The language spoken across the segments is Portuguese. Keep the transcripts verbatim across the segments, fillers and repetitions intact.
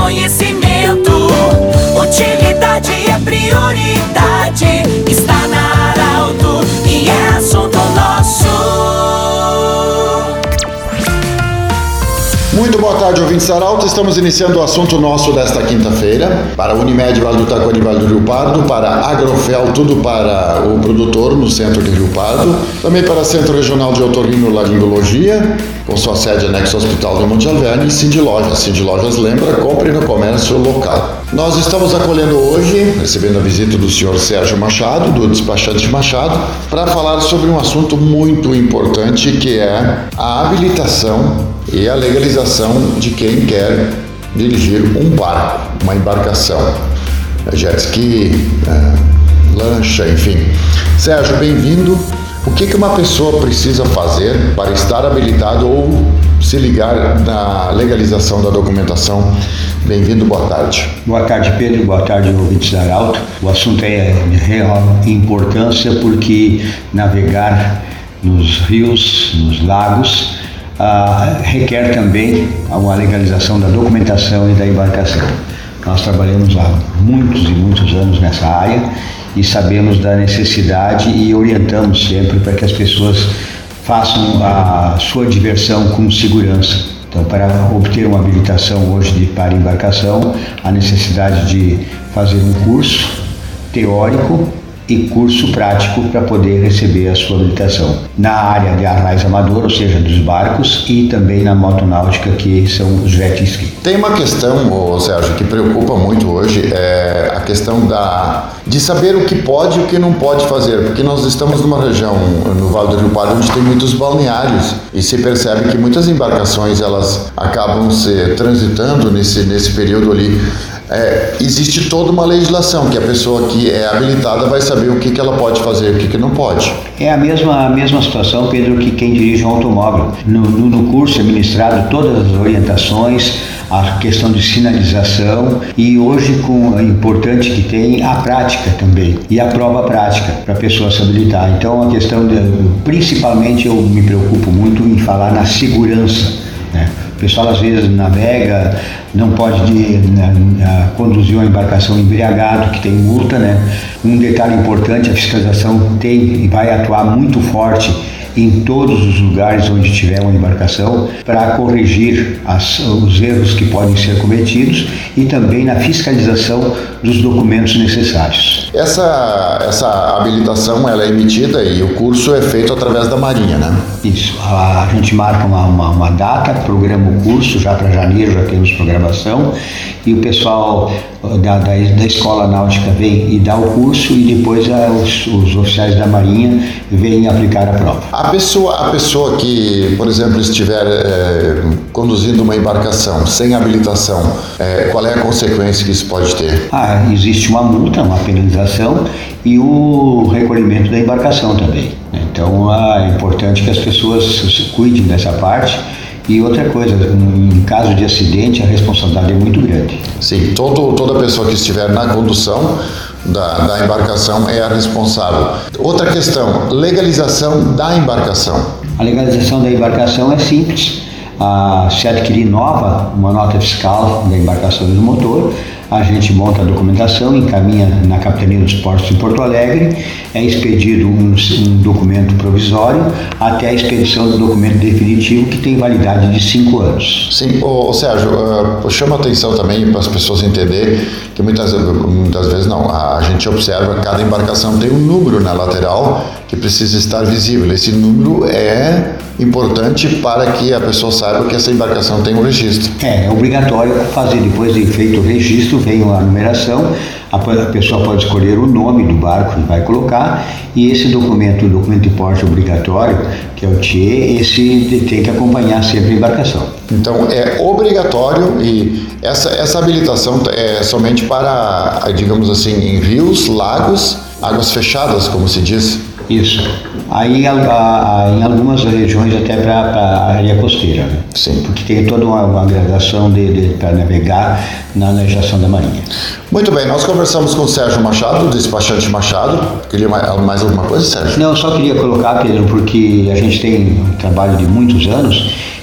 conhecimento. Utilidade é prioridade. Está na Arauto e é assunto nosso. Muito boa tarde, ouvintes da Arauto. Estamos iniciando o assunto nosso desta quinta-feira. Para a Unimed, Vale do Taquari, Vale do Rio Pardo. Para a Agrofel, tudo para o produtor no centro de Rio Pardo. Também para o Centro Regional de Otorrinolaringologia, com sua sede anexo ao Hospital de Monte Alverne. E Cindy Lojas. Cindy Lojas lembra, compre no comércio local. Nós estamos acolhendo hoje, recebendo a visita do senhor Sérgio Machado, do despachante Machado, para falar sobre um assunto muito importante, que é a habilitação e a legalização de quem quer dirigir um barco, uma embarcação, jet ski, é, lancha, enfim. Sérgio, bem-vindo. O que que uma pessoa precisa fazer para estar habilitado ou se ligar na legalização da documentação? Bem-vindo, boa tarde. Boa tarde, Pedro, boa tarde, ouvintes da Arauto. O assunto é de real importância porque navegar nos rios, nos lagos, ah, requer também uma legalização da documentação e da embarcação. Nós trabalhamos há muitos e muitos anos nessa área e sabemos da necessidade e orientamos sempre para que as pessoas façam a sua diversão com segurança. Então, para obter uma habilitação hoje de, para embarcação, a necessidade de fazer um curso teórico e curso prático para poder receber a sua habilitação. Na área de arraiz amador, ou seja, dos barcos, e também na motonáutica, que são os jet ski. Tem uma questão, ô, Sérgio, que preocupa muito hoje, é a questão da, de saber o que pode e o que não pode fazer, porque nós estamos numa região, no Vale do Rio Pardo, onde tem muitos balneários, e se percebe que muitas embarcações, elas acabam se transitando nesse, nesse período ali. É, existe toda uma legislação que a pessoa que é habilitada vai saber o que, que ela pode fazer e o que, que não pode. É a mesma, a mesma situação, Pedro, que quem dirige um automóvel. No, no, no curso é ministrado todas as orientações, a questão de sinalização e hoje, com a importante que tem, a prática também e a prova prática para a pessoa se habilitar. Então, a questão, de, principalmente eu me preocupo muito em falar na segurança, né? O pessoal às vezes navega, não pode de, né, conduzir uma embarcação embriagado, que tem multa, né? Um detalhe importante, a fiscalização tem e vai atuar muito forte em todos os lugares onde tiver uma embarcação para corrigir as, os erros que podem ser cometidos e também na fiscalização dos documentos necessários. Essa, essa habilitação ela é emitida e o curso é feito através da Marinha, né? Isso, a, a gente marca uma, uma, uma data, programa o curso, já para janeiro já temos programação e o pessoal da, da, da Escola Náutica vem e dá o curso e depois a, os, os oficiais da Marinha vêm aplicar a prova. A pessoa, a pessoa que, por exemplo, estiver é, conduzindo uma embarcação sem habilitação, é, qual é a consequência que isso pode ter? Ah, existe uma multa, uma penalização e o recolhimento da embarcação também. Então ah, é importante que as pessoas se cuidem dessa parte. E outra coisa, em caso de acidente, a responsabilidade é muito grande. Sim, todo, toda pessoa que estiver na condução da, da embarcação é a responsável. Outra questão, legalização da embarcação. A legalização da embarcação é simples. Ah, se adquirir nova, uma nota fiscal da embarcação e do motor, a gente monta a documentação, encaminha na Capitania dos Portos em Porto Alegre, é expedido um, um documento provisório até a expedição do documento definitivo, que tem validade de cinco anos. Sim, ô, ô Sérgio, uh, chama atenção também para as pessoas entenderem que muitas, muitas vezes não, a gente observa que cada embarcação tem um número na lateral que precisa estar visível. Esse número é importante para que a pessoa saiba que essa embarcação tem um registro. É, é obrigatório fazer, depois de feito o registro, vem a numeração, a pessoa pode escolher o nome do barco que vai colocar e esse documento, o documento de porte obrigatório, que é o T I E, esse tem que acompanhar sempre a embarcação. Então é obrigatório e essa, essa habilitação é somente para, digamos assim, em rios, lagos, águas fechadas, como se diz. Isso. Aí a, a, em algumas regiões até para a área costeira, né? Sim. Porque tem toda uma, uma gradação de, de, para navegar na legislação da Marinha. Muito bem, nós conversamos com o Sérgio Machado, do despachante Machado. Queria mais, mais alguma coisa, Sérgio? Não, eu só queria colocar, Pedro, porque a gente tem um trabalho de muitos anos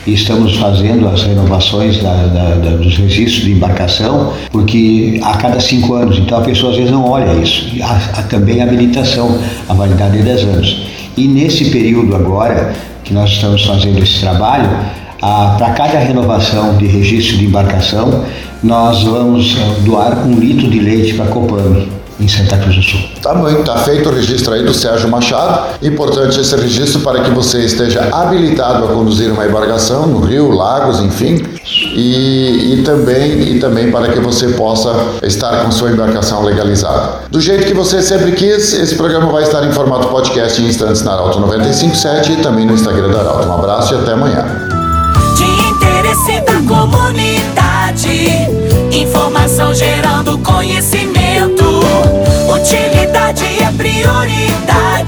e estamos fazendo as renovações da, da, da, dos registros de embarcação, porque a cada cinco anos, então a pessoa às vezes não olha isso. Há, há também a habilitação, a validade de dez anos. E nesse período agora, que nós estamos fazendo esse trabalho, para cada renovação de registro de embarcação, nós vamos doar um litro de leite para a Copame, em Santa Cruz do Sul. Tá bom, tá feito o registro aí do Sérgio Machado. Importante esse registro para que você esteja habilitado a conduzir uma embarcação no rio, lagos, enfim, e, e, também, e também para que você possa estar com sua embarcação legalizada. Do jeito que você sempre quis, esse programa vai estar em formato podcast em instantes na Arauto noventa e cinco ponto sete e também no Instagram da Arauto. Um abraço e até amanhã. De interesse da comunidade, informação gerando conhecimento. Utilidade é prioridade.